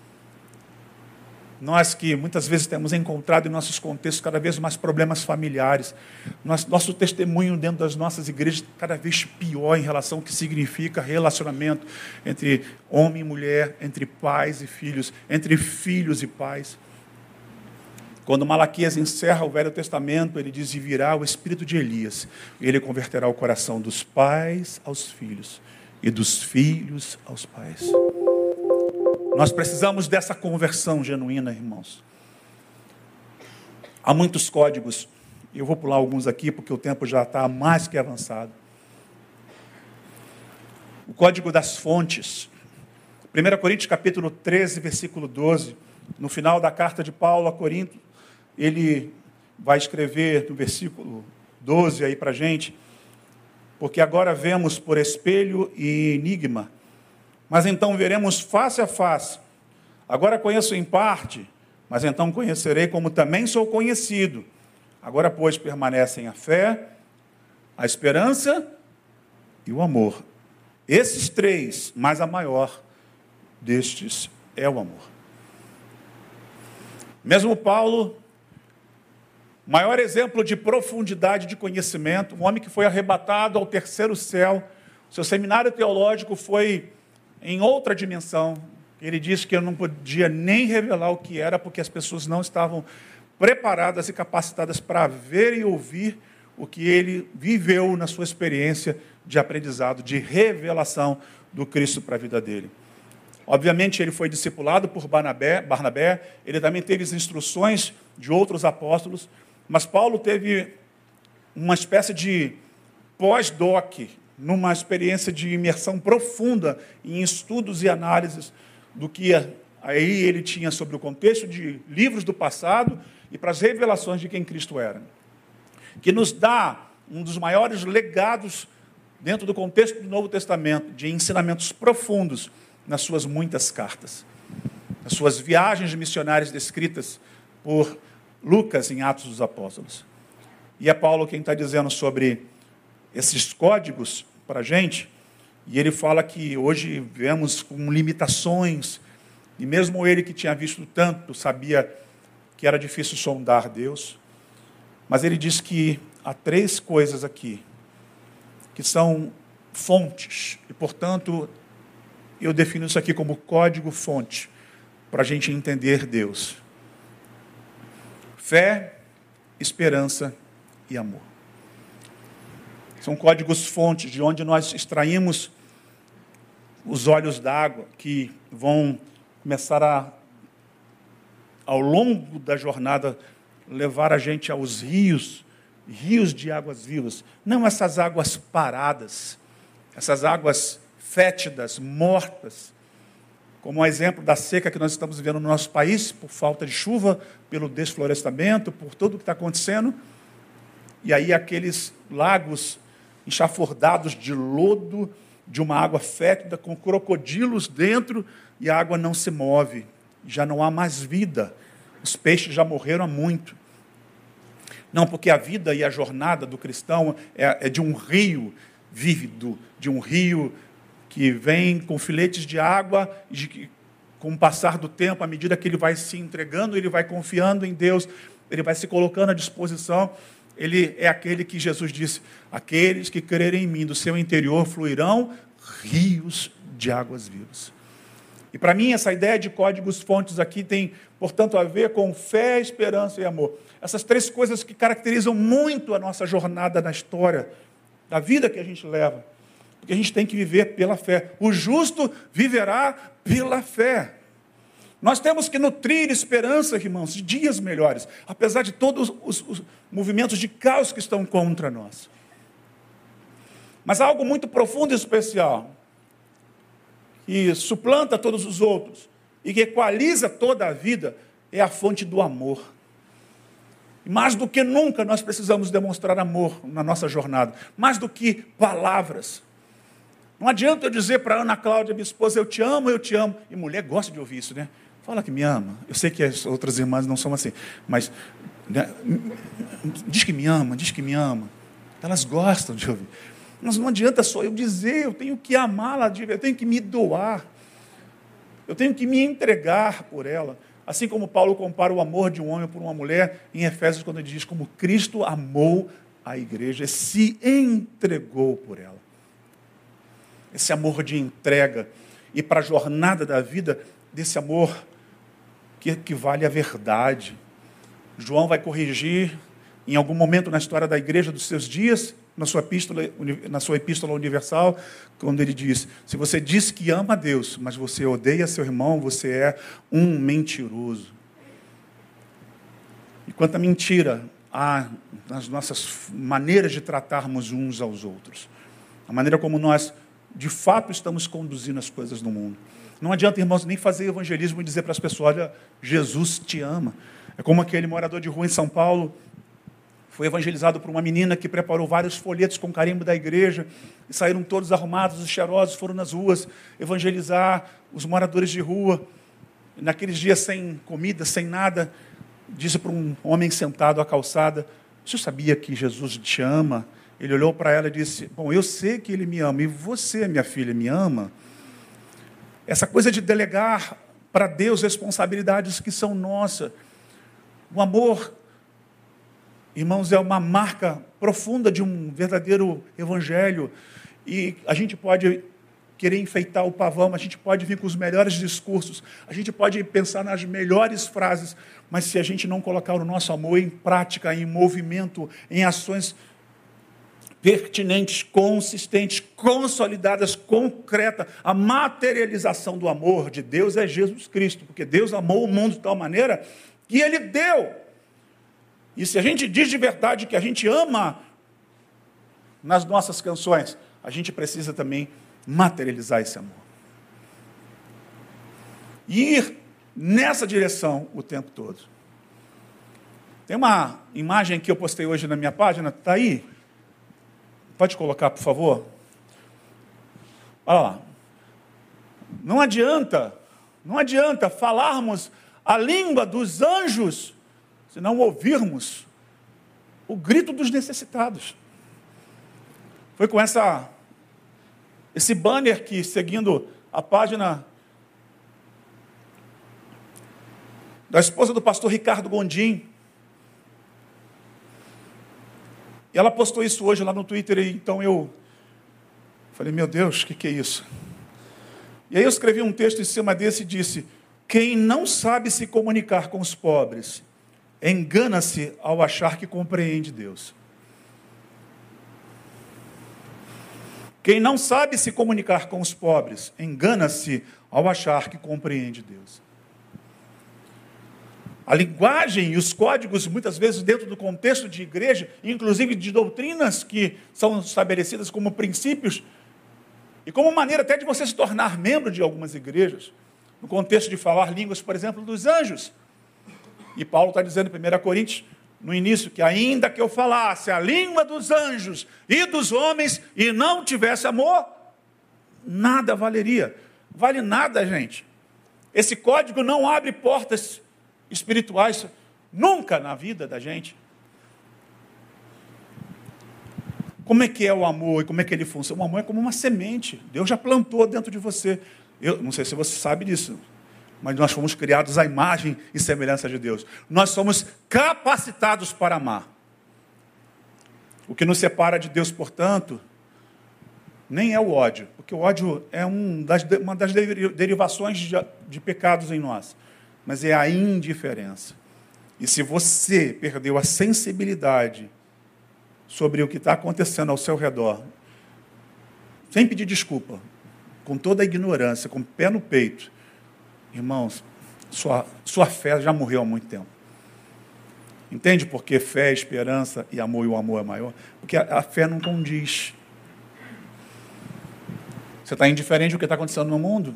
Speaker 1: Nós que muitas vezes temos encontrado em nossos contextos cada vez mais problemas familiares, nosso testemunho dentro das nossas igrejas cada vez pior em relação ao que significa relacionamento entre homem e mulher, entre pais e filhos, entre filhos e pais. Quando Malaquias encerra o Velho Testamento, ele diz: e virá o espírito de Elias, e ele converterá o coração dos pais aos filhos, e dos filhos aos pais. Nós precisamos dessa conversão genuína, irmãos. Há muitos códigos, eu vou pular alguns aqui, porque o tempo já está mais que avançado. O código das fontes. 1 Coríntios capítulo 13, versículo 12. No final da carta de Paulo a Corinto, ele vai escrever no versículo 12 aí para a gente: porque agora vemos por espelho e enigma, mas então veremos face a face. Agora conheço em parte, mas então conhecerei como também sou conhecido. Agora, pois, permanecem a fé, a esperança e o amor. Esses três, mas a maior destes é o amor. Mesmo Paulo, maior exemplo de profundidade de conhecimento, um homem que foi arrebatado ao terceiro céu, seu seminário teológico foi em outra dimensão. Ele disse que eu não podia nem revelar o que era, porque as pessoas não estavam preparadas e capacitadas para ver e ouvir o que ele viveu na sua experiência de aprendizado, de revelação do Cristo para a vida dele. Obviamente, ele foi discipulado por Barnabé, ele também teve as instruções de outros apóstolos, mas Paulo teve uma espécie de pós-doc, numa experiência de imersão profunda em estudos e análises do que aí ele tinha sobre o contexto de livros do passado e para as revelações de quem Cristo era, que nos dá um dos maiores legados dentro do contexto do Novo Testamento, de ensinamentos profundos nas suas muitas cartas, nas suas viagens missionárias descritas por Lucas em Atos dos Apóstolos. E é Paulo quem está dizendo sobre esses códigos para a gente, e ele fala que hoje vemos com limitações, e mesmo ele que tinha visto tanto, sabia que era difícil sondar Deus, mas ele diz que há três coisas aqui, que são fontes, e portanto, eu defino isso aqui como código-fonte, para a gente entender Deus. Fé, esperança e amor. São códigos-fontes de onde nós extraímos os olhos d'água que vão começar ao longo da jornada, levar a gente aos rios de águas vivas. Não essas águas paradas, essas águas fétidas, mortas, como o exemplo da seca que nós estamos vivendo no nosso país, por falta de chuva, pelo desflorestamento, por tudo o que está acontecendo. E aí aqueles lagos enxafordados de lodo, de uma água fétida, com crocodilos dentro, e a água não se move. Já não há mais vida. Os peixes já morreram há muito. Não, porque a vida e a jornada do cristão é de um rio vívido, de um rio que vem com filetes de água, com o passar do tempo, à medida que ele vai se entregando, ele vai confiando em Deus, ele vai se colocando à disposição. Ele é aquele que Jesus disse: aqueles que crerem em mim, do seu interior fluirão rios de águas vivas. E para mim, essa ideia de códigos-fontes aqui tem, portanto, a ver com fé, esperança e amor. Essas três coisas que caracterizam muito a nossa jornada na história, da vida que a gente leva. Porque a gente tem que viver pela fé. O justo viverá pela fé. Nós temos que nutrir esperança, irmãos, de dias melhores, apesar de todos os movimentos de caos que estão contra nós. Mas há algo muito profundo e especial, que suplanta todos os outros e que equaliza toda a vida, é a fonte do amor. Mais do que nunca nós precisamos demonstrar amor na nossa jornada, mais do que palavras. Não adianta eu dizer para a Ana Cláudia, minha esposa, eu te amo, e mulher gosta de ouvir isso, né? Fala que me ama. Eu sei que as outras irmãs não são assim, mas né, diz que me ama. Elas gostam de ouvir. Mas não adianta só eu dizer, eu tenho que amá-la, eu tenho que me doar, eu tenho que me entregar por ela. Assim como Paulo compara o amor de um homem por uma mulher, em Efésios, quando ele diz como Cristo amou a igreja e se entregou por ela. Esse amor de entrega, e para a jornada da vida, desse amor que equivale à verdade. João vai corrigir em algum momento na história da igreja dos seus dias, na sua epístola universal, quando ele diz: se você diz que ama a Deus, mas você odeia seu irmão, você é um mentiroso. E quanta mentira há nas nossas maneiras de tratarmos uns aos outros. A maneira como nós, de fato, estamos conduzindo as coisas no mundo. Não adianta, irmãos, nem fazer evangelismo e dizer para as pessoas: olha, Jesus te ama. É como aquele morador de rua em São Paulo, foi evangelizado por uma menina que preparou vários folhetos com carimbo da igreja, e saíram todos arrumados e cheirosos, foram nas ruas evangelizar os moradores de rua. E naqueles dias sem comida, sem nada, disse para um homem sentado à calçada: você sabia que Jesus te ama? Ele olhou para ela e disse: bom, eu sei que ele me ama, e você, minha filha, me ama? Essa coisa de delegar para Deus responsabilidades que são nossas. O amor, irmãos, é uma marca profunda de um verdadeiro evangelho. E a gente pode querer enfeitar o pavão, a gente pode vir com os melhores discursos, a gente pode pensar nas melhores frases, mas se a gente não colocar o nosso amor em prática, em movimento, em ações pertinentes, consistentes, consolidadas, concretas, a materialização do amor de Deus é Jesus Cristo, porque Deus amou o mundo de tal maneira que Ele deu. E se a gente diz de verdade que a gente ama nas nossas canções, a gente precisa também materializar esse amor. E ir nessa direção o tempo todo. Tem uma imagem que eu postei hoje na minha página, está aí? Pode colocar, por favor? Olha lá. Não adianta falarmos a língua dos anjos se não ouvirmos o grito dos necessitados. Foi com esse banner que, seguindo a página da esposa do pastor Ricardo Gondim, e ela postou isso hoje lá no Twitter, e então eu falei: meu Deus, o que é isso? E aí eu escrevi um texto em cima desse e disse: quem não sabe se comunicar com os pobres, engana-se ao achar que compreende Deus. Quem não sabe se comunicar com os pobres, engana-se ao achar que compreende Deus. A linguagem e os códigos, muitas vezes dentro do contexto de igreja, inclusive de doutrinas que são estabelecidas como princípios, e como maneira até de você se tornar membro de algumas igrejas, no contexto de falar línguas, por exemplo, dos anjos. E Paulo está dizendo em 1 Coríntios, no início, que ainda que eu falasse a língua dos anjos e dos homens e não tivesse amor, nada valeria. Vale nada, gente. Esse código não abre portas espirituais nunca na vida da gente. Como é que é o amor e como é que ele funciona? O amor é como uma semente. Deus já plantou dentro de você. Eu não sei se você sabe disso, mas nós fomos criados à imagem e semelhança de Deus. Nós somos capacitados para amar. O que nos separa de Deus, portanto, nem é o ódio, porque o ódio é uma das derivações de pecados em nós, mas é a indiferença. E se você perdeu a sensibilidade sobre o que está acontecendo ao seu redor, sem pedir desculpa, com toda a ignorância, com o pé no peito, irmãos, sua fé já morreu há muito tempo. Entende por que fé, esperança e o amor é maior? Porque a fé não condiz. Você está indiferente ao que está acontecendo no mundo?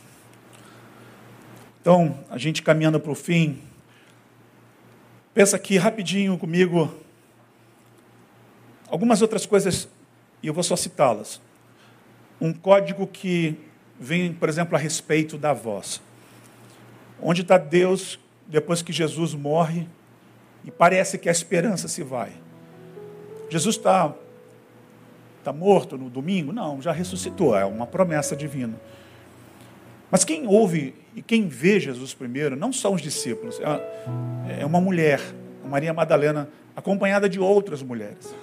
Speaker 1: Então, a gente caminhando para o fim, pensa aqui rapidinho comigo algumas outras coisas, e eu vou só citá-las. Um código que vem, por exemplo, a respeito da voz. Onde está Deus depois que Jesus morre e parece que a esperança se vai? Jesus está morto no domingo? Não, já ressuscitou, é uma promessa divina. Mas quem ouve e quem vê Jesus primeiro não são os discípulos, é uma mulher, a Maria Madalena, acompanhada de outras mulheres.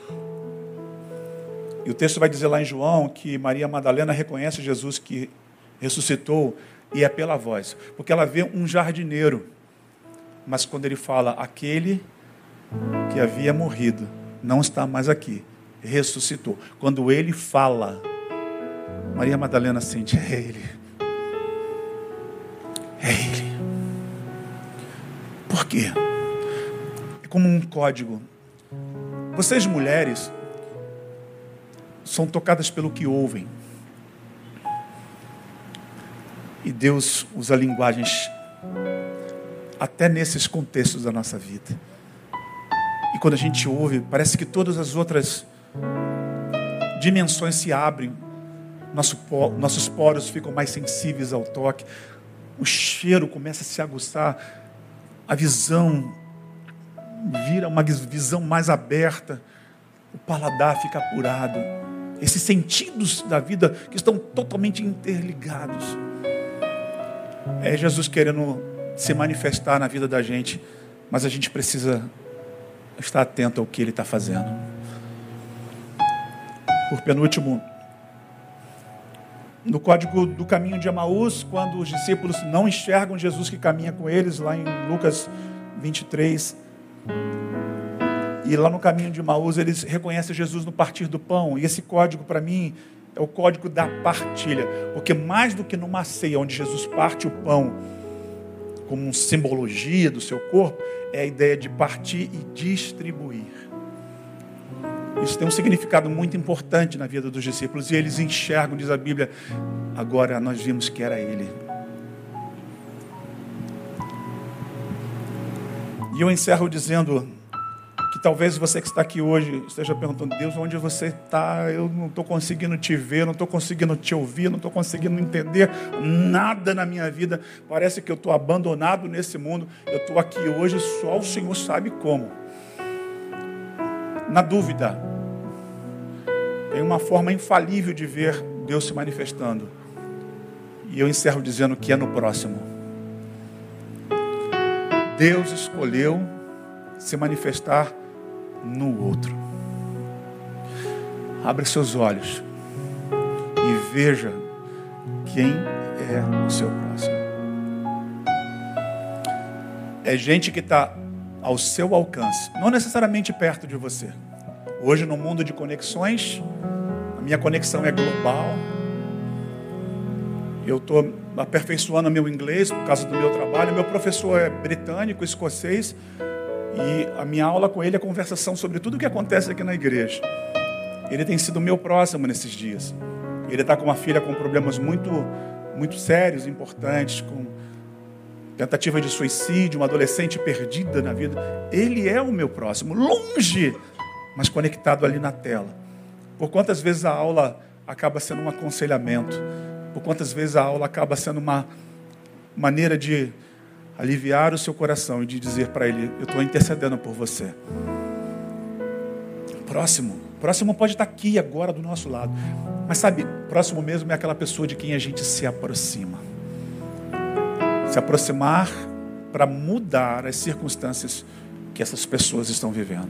Speaker 1: E o texto vai dizer lá em João que Maria Madalena reconhece Jesus que ressuscitou, e é pela voz, porque ela vê um jardineiro Mas quando ele fala, aquele que havia morrido não está mais aqui, ressuscitou. Quando ele fala, Maria Madalena sente, é ele. É ele. Por quê? É como um código. Vocês mulheres são tocadas pelo que ouvem. E Deus usa linguagens até nesses contextos da nossa vida. E quando a gente ouve, parece que todas as outras dimensões se abrem. Nossos poros ficam mais sensíveis ao toque. O cheiro começa a se aguçar. A visão vira uma visão mais aberta. O paladar fica apurado. Esses sentidos da vida que estão totalmente interligados. É Jesus querendo se manifestar na vida da gente, mas a gente precisa estar atento ao que Ele está fazendo. Por penúltimo, no código do caminho de Emaús, quando os discípulos não enxergam Jesus que caminha com eles, lá em Lucas 23, e lá no caminho de Emaús eles reconhecem Jesus no partir do pão, e esse código para mim é o código da partilha, porque mais do que numa ceia onde Jesus parte o pão como uma simbologia do seu corpo, é a ideia de partir e distribuir. Isso tem um significado muito importante na vida dos discípulos, e eles enxergam, diz a Bíblia, agora nós vimos que era Ele. E eu encerro dizendo que talvez você que está aqui hoje esteja perguntando, Deus, onde você está? Eu não estou conseguindo te ver, não estou conseguindo te ouvir, não estou conseguindo entender nada na minha vida. Parece que eu estou abandonado nesse mundo. Eu estou aqui hoje, só o Senhor sabe como. Na dúvida, tem uma forma infalível de ver Deus se manifestando. E eu encerro dizendo que é no próximo. Deus escolheu se manifestar no outro. Abra seus olhos e veja quem é o seu próximo. É gente que está ao seu alcance, não necessariamente perto de você. Hoje, no mundo de conexões, a minha conexão é global. Eu estou aperfeiçoando meu inglês por causa do meu trabalho. Meu professor é britânico, escocês, e a minha aula com ele é conversação sobre tudo o que acontece aqui na igreja. Ele tem sido meu próximo nesses dias. Ele está com uma filha com problemas muito sérios, importantes, com tentativa de suicídio, uma adolescente perdida na vida. Ele é o meu próximo, longe, mas conectado ali na tela. Por quantas vezes a aula acaba sendo um aconselhamento? Por quantas vezes a aula acaba sendo uma maneira de aliviar o seu coração e de dizer para ele, eu estou intercedendo por você. Próximo pode estar aqui agora do nosso lado. Mas sabe, próximo mesmo é aquela pessoa de quem a gente se aproxima. Se aproximar para mudar as circunstâncias que essas pessoas estão vivendo.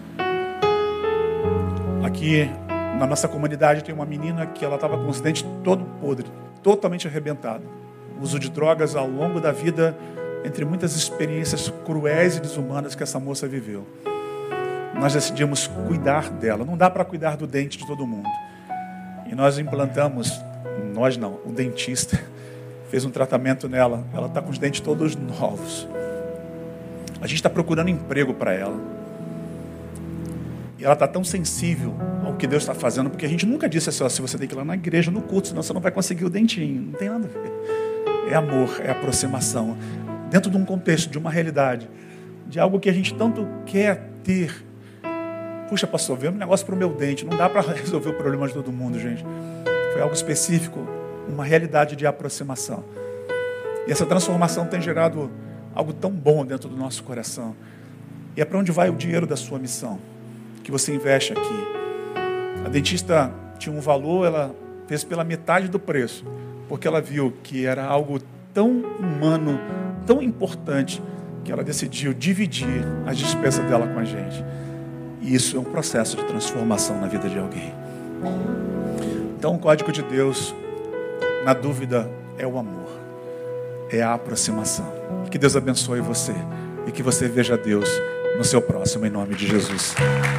Speaker 1: Aqui na nossa comunidade tem uma menina que ela estava com os dentes todo podre, totalmente arrebentado. O uso de drogas ao longo da vida, entre muitas experiências cruéis e desumanas que essa moça viveu. Nós decidimos cuidar dela. Não dá para cuidar do dente de todo mundo. E nós implantamos, o dentista fez um tratamento nela. Ela está com os dentes todos novos. A gente está procurando emprego para ela. E ela está tão sensível ao que Deus está fazendo, porque a gente nunca disse assim, se você tem que ir lá na igreja, no culto, senão você não vai conseguir o dentinho. Não tem nada a ver. É amor, é aproximação. Dentro de um contexto, de uma realidade, de algo que a gente tanto quer ter. Puxa, pastor, vê um negócio para o meu dente. Não dá para resolver o problema de todo mundo, gente. Foi algo específico, uma realidade de aproximação. E essa transformação tem gerado algo tão bom dentro do nosso coração. E é para onde vai o dinheiro da sua missão, que você investe aqui. A dentista tinha um valor, ela fez pela metade do preço, porque ela viu que era algo tão humano, tão importante, que ela decidiu dividir as despesas dela com a gente. E isso é um processo de transformação na vida de alguém. Então o código de Deus, na dúvida, é o amor, é a aproximação. Que Deus abençoe você e que você veja Deus no seu próximo, em nome de Jesus.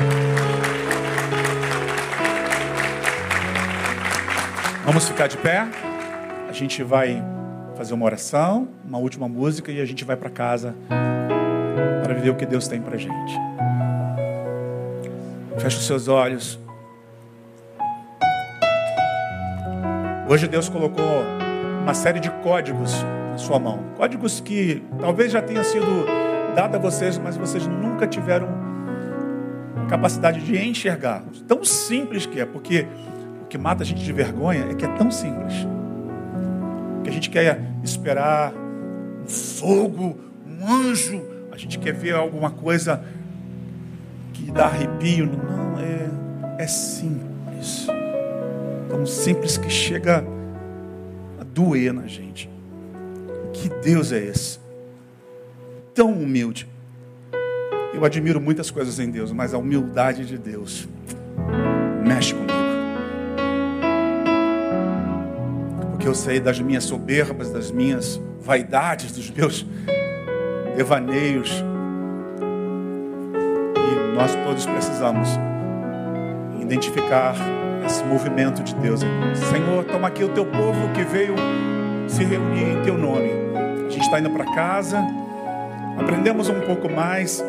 Speaker 1: Vamos ficar de pé. A gente vai fazer uma oração, uma última música e a gente vai para casa para viver o que Deus tem para a gente. Feche os seus olhos. Hoje Deus colocou uma série de códigos na sua mão. Códigos que talvez já tenham sido dados a vocês, mas vocês nunca tiveram a capacidade de enxergar. Tão simples que é, porque o que mata a gente de vergonha é que é tão simples. Que a gente quer esperar um fogo, um anjo, a gente quer ver alguma coisa que dá arrepio. Não, é simples. Tão simples que chega a doer na gente. Que Deus é esse? Tão humilde. Eu admiro muitas coisas em Deus, mas a humildade de Deus mexe comigo. Porque eu sei das minhas soberbas, das minhas vaidades, dos meus devaneios. E nós todos precisamos identificar esse movimento de Deus em nós. Senhor, toma aqui o teu povo que veio se reunir em teu nome. A gente está indo para casa, aprendemos um pouco mais.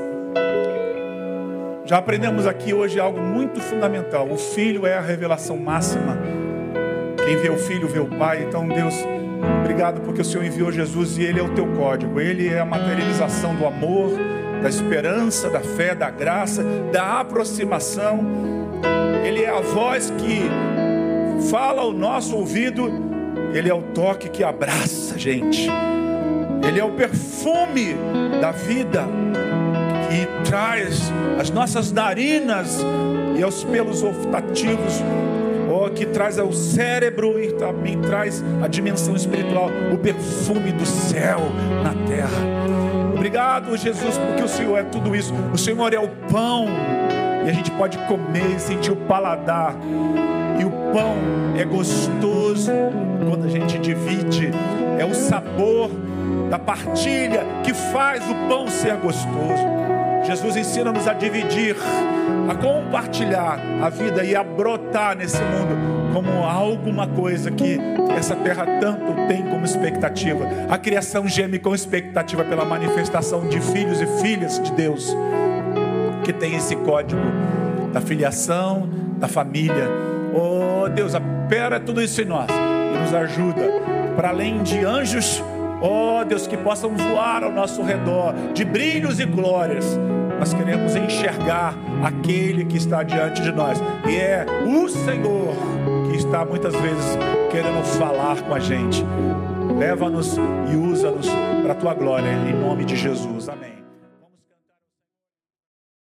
Speaker 1: Já aprendemos aqui hoje algo muito fundamental. O Filho é a revelação máxima. Quem vê o Filho vê o Pai. Então, Deus, obrigado porque o Senhor enviou Jesus e Ele é o teu código. Ele é a materialização do amor, da esperança, da fé, da graça, da aproximação. Ele é a voz que fala ao nosso ouvido. Ele é o toque que abraça a gente. Ele é o perfume da vida que traz as nossas narinas e aos pelos olfativos, que traz ao cérebro e também traz a dimensão espiritual, o perfume do céu na terra. Obrigado, Jesus, porque o Senhor é tudo isso. O Senhor é o pão e a gente pode comer e sentir o paladar. E o pão é gostoso quando a gente divide. É o sabor da partilha que faz o pão ser gostoso. Jesus ensina-nos a dividir, a compartilhar a vida e a brotar nesse mundo como alguma coisa que essa terra tanto tem como expectativa. A criação geme com expectativa pela manifestação de filhos e filhas de Deus, que tem esse código da filiação, da família. Oh Deus, opera tudo isso em nós e nos ajuda para além de anjos, oh Deus, que possam voar ao nosso redor de brilhos e glórias. Nós queremos enxergar aquele que está diante de nós, e é o Senhor que está muitas vezes querendo falar com a gente. Leva-nos e usa-nos para a tua glória, em nome de Jesus, amém.